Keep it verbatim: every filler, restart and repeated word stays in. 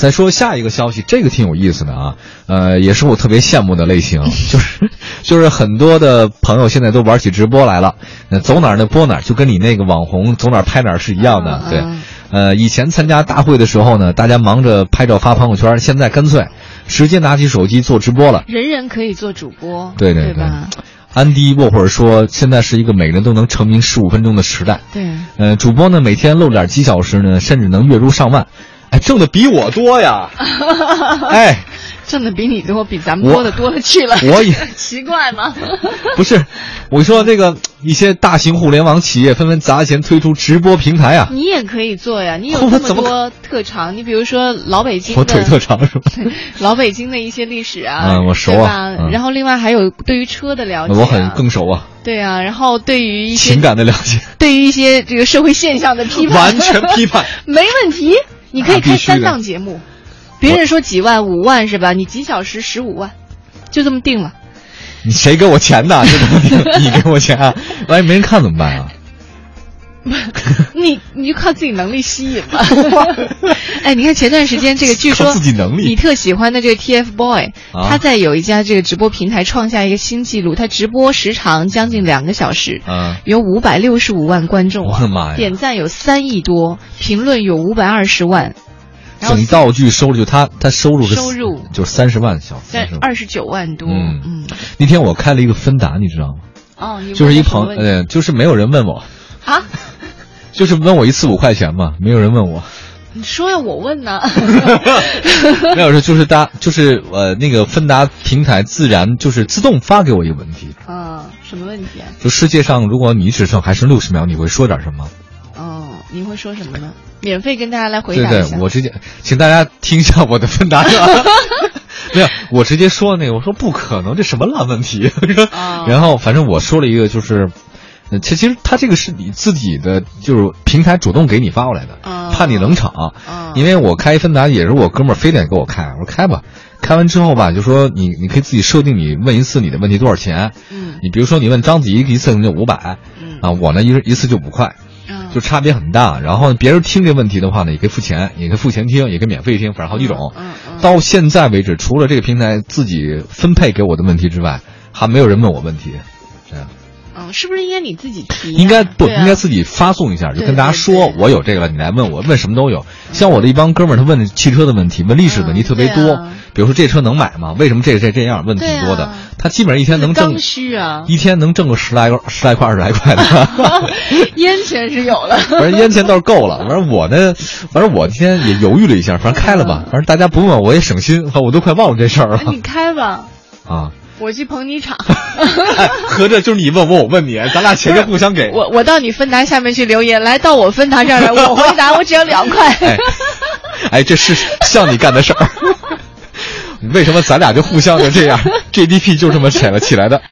再说下一个消息，这个挺有意思的啊，呃，也是我特别羡慕的类型，就是就是很多的朋友现在都玩起直播来了，呃，走哪儿呢播哪儿，就跟你那个网红走哪儿拍哪儿是一样的，对。呃，以前参加大会的时候呢，大家忙着拍照发朋友圈，现在干脆直接拿起手机做直播了。 人人可以做主播， 对对对, 对吧？ 安迪沃霍尔说，现在是一个每个人都能成名十五分钟的时代。 对， 呃，主播呢每天露点几小时呢，甚至能月入上万，哎，挣的比我多呀！哎。 挣的比你多，比咱们多的多了去了。 我也奇怪吗？ 不是，我说这个一些大型互联网企业纷纷砸钱推出直播平台啊。 你也可以做呀，你有这么多特长，你比如说老北京的， 我腿特长是吧？ 老北京的一些历史啊， 嗯，我熟啊。 嗯、然后另外还有对于车的了解、啊， 我很更熟啊。 对啊，然后对于一些情感的了解， 对于一些这个社会现象的批判， 完全批判， 没问题。你可以开三档节目。别人说几万五万是吧？你几小时十五万，就这么定了。 你谁给我钱呢？就这么定，你给我钱啊？万一没人看怎么办啊？ 你你就靠自己能力吸引吧。哎，你看前段时间这个，据说自己能力， 你特喜欢的这个 T F Boy，、啊、他在有一家这个直播平台创下一个新纪录，他直播时长将近两个小时， 啊、 有五百六十五万观众啊， 我的妈呀！ 点赞有三亿多，评论有五百二十万。 整道具收入就他他收入是收入就是三十万小时， 二十九万多。 嗯嗯，那天我开了一个芬达，你知道吗？ 哦，你就是一朋呃，就是没有人问我啊， 就是问我一次五块钱嘛，没有人问我。 你说呀，我问呢。 没有，就是大就是呃那个芬达平台自然就是自动发给我一个问题。 啊，什么问题啊？ 就世界上如果你只剩还剩六十秒，你会说点什么？ 哦，你会说什么呢？免费跟大家来回答一下。 对对，我直接请大家听一下我的芬达。没有，我直接说那个，我说不可能，这什么烂问题。 哦、 然后反正我说了一个，就是其其实他这个是你自己的，就是平台主动给你发过来的， 哦、 怕你冷场。 哦、 因为我开芬达也是我哥们儿非得给我开，我说开吧。开完之后吧，就说你你可以自己设定，你问一次你的问题多少钱。 嗯。你比如说你问章子怡一次可能就五百， 嗯啊，我呢一一次就五块。就差别很大，然后别人听这问题的话呢，也可以付钱，也可以付钱听，也可以免费听，反正好几种。 嗯嗯、 到现在为止，除了这个平台自己分配给我的问题之外，还没有人问我问题。这样。 嗯，是不是应该你自己提、啊？ 应该不、 啊、 应该自己发送一下，就跟大家说我有这个了，你来问我，问什么都有。像我的一帮哥们儿，他问汽车的问题，问历史的问题特别多。 嗯啊、 比如说这车能买吗？为什么这这这样？问挺多的。 啊、 他基本上一天能挣刚需啊， 一天能挣个十来个十来块二十来块的。 烟钱是有了， 反正烟钱倒是够了。反正我呢，反正我今天也犹豫了一下，反正开了吧。反正大家不问我也省心，我都快忘了这事儿了。 你开吧。 啊。 我去捧你场。 哎，合着就是你问我，我问你，咱俩钱就互相给。 我我到你芬达下面去留言，来到我芬达这儿来，我回答，我只要两块。 哎，哎，这是像你干的事儿。为什么咱俩就互相就这样 ？G D P 就这么起了起来的。